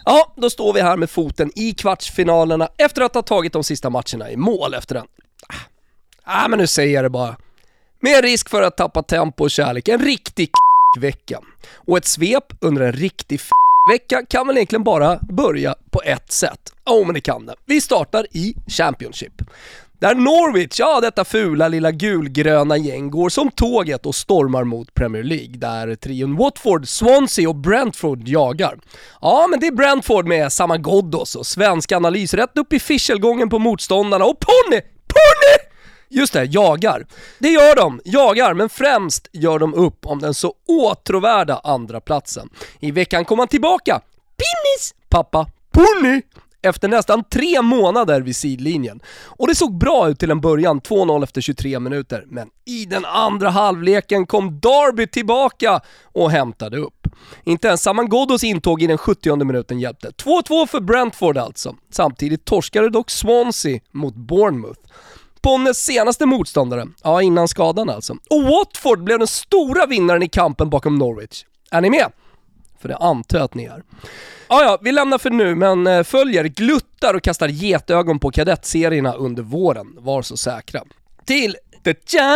Ja, då står vi här med foten i kvartsfinalerna efter att ha tagit de sista matcherna i mål efter den. Men nu säger jag det bara. Med risk för att tappa tempo och kärlek. En riktig vecka. Och ett svep under en riktig vecka kan väl egentligen bara börja på ett sätt. Men det kan det. Vi startar i Championship. Där Norwich, detta fula lilla gulgröna gäng, går som tåget och stormar mot Premier League. Där trion Watford, Swansea och Brentford jagar. Ja, men det är Brentford med samma Ghoddos och svensk analys rätt upp i fischelgången på motståndarna. Och Ponny! Just det, jagar. Det gör de, jagar, men främst gör de upp om den så åtråvärda andra platsen. I veckan kom han tillbaka. Pinnis! Pappa, Ponny! Efter nästan 3 månader vid sidlinjen. Och det såg bra ut till en början, 2-0 efter 23 minuter. Men i den andra halvleken kom Derby tillbaka och hämtade upp. Inte ens Saman Ghoddos intåg i den 70:e minuten hjälpte. 2-2 för Brentford alltså. Samtidigt torskade dock Swansea mot Bournemouth. Ponnes senaste motståndare, innan skadan alltså. Och Watford blev den stora vinnaren i kampen bakom Norwich. Är ni med? För det antar jag att ni är. Vi lämnar för nu, men följer, gluttar och kastar getögon på kadettserierna under våren. Var så säkra. Till The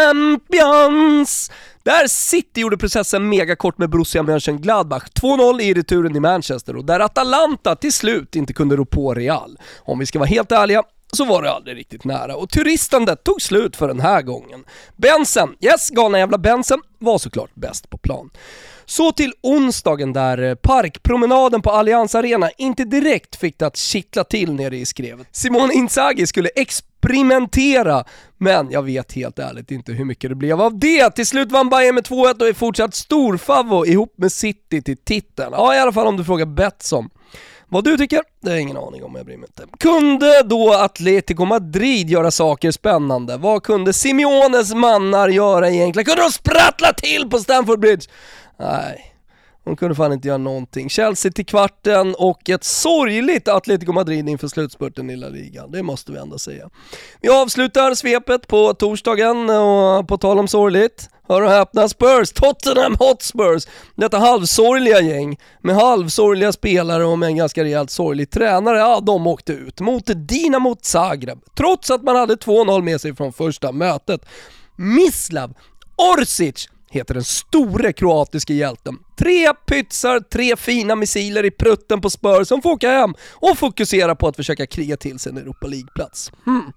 Champions! Där City gjorde processen megakort med Borussia Mönchengladbach. 2-0 i returen i Manchester och där Atalanta till slut inte kunde rå på Real. Om vi ska vara helt ärliga så var det aldrig riktigt nära och turistandet tog slut för den här gången. Bensen, galna jävla Bensen, var såklart bäst på plan. Så till onsdagen där parkpromenaden på Allianz Arena inte direkt fick det att kittla till nere i skrevet. Simone Inzaghi skulle experimentera, men jag vet helt ärligt inte hur mycket det blev av det. Till slut vann Bayern med 2-1 och är fortsatt storfavo ihop med City till titeln. I alla fall om du frågar Betsson. Vad du tycker? Det är ingen aning om, jag bryr mig inte. Kunde då Atletico Madrid göra saker spännande? Vad kunde Simeones mannar göra egentligen? Kunde de sprattla till på Stamford Bridge? Nej, de kunde fan inte göra någonting. Chelsea till kvarten och ett sorgligt Atletico Madrid inför slutspurten i La Liga. Det måste vi ändå säga. Vi avslutar svepet på torsdagen och på tal om sorgligt. Hör och häpna, Spurs, Tottenham Hotspurs. Detta halvsorgliga gäng med halvsorgliga spelare och med en ganska rejält sorglig tränare. De åkte ut mot Dinamo Zagreb. Trots att man hade 2-0 med sig från första mötet. Mislav Orsic heter den store kroatiska hjälten. 3 pytsar, 3 fina missiler i prutten på Spurs som får åka hem och fokusera på att försöka kriga till sig en Europa League-plats.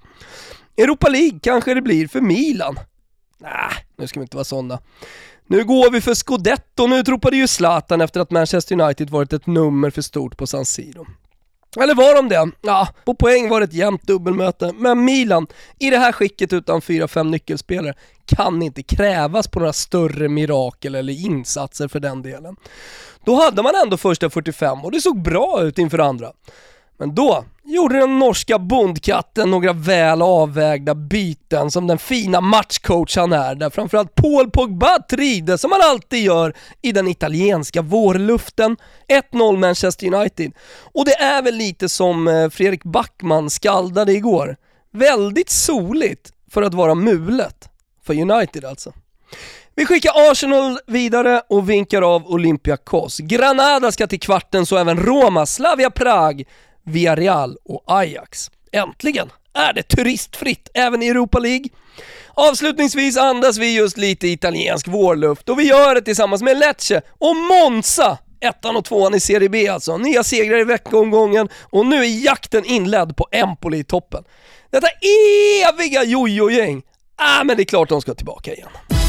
Europa League kanske det blir för Milan. Nu ska vi inte vara sådana. Nu går vi för Scudetto. Nu tropade ju Zlatan efter att Manchester United varit ett nummer för stort på San Siro. Eller var de det? På poäng var det ett jämnt dubbelmöte. Men Milan, i det här skicket utan 4-5 nyckelspelare, kan inte krävas på några större mirakel eller insatser för den delen. Då hade man ändå första 45 och det såg bra ut inför andra. Men då gjorde den norska bondkatten några väl avvägda byten som den fina matchcoach han är, där framförallt Paul Pogba trider som han alltid gör i den italienska vårluften. 1-0 Manchester United. Och det är väl lite som Fredrik Backman skaldade igår. Väldigt soligt för att vara mulet för United alltså. Vi skickar Arsenal vidare och vinkar av Olympiakos. Granada ska till kvarten, så även Roma, Slavia Prag, Villarreal och Ajax. Äntligen är det turistfritt även i Europa League. Avslutningsvis andas vi just lite italiensk vårluft och vi gör det tillsammans med Lecce och Monza. 1:an och 2:an i Serie B alltså. Nya segrar i veckomgången och nu är jakten inledd på Empoli i toppen. Detta eviga jojo-gäng. Men det är klart de ska tillbaka igen.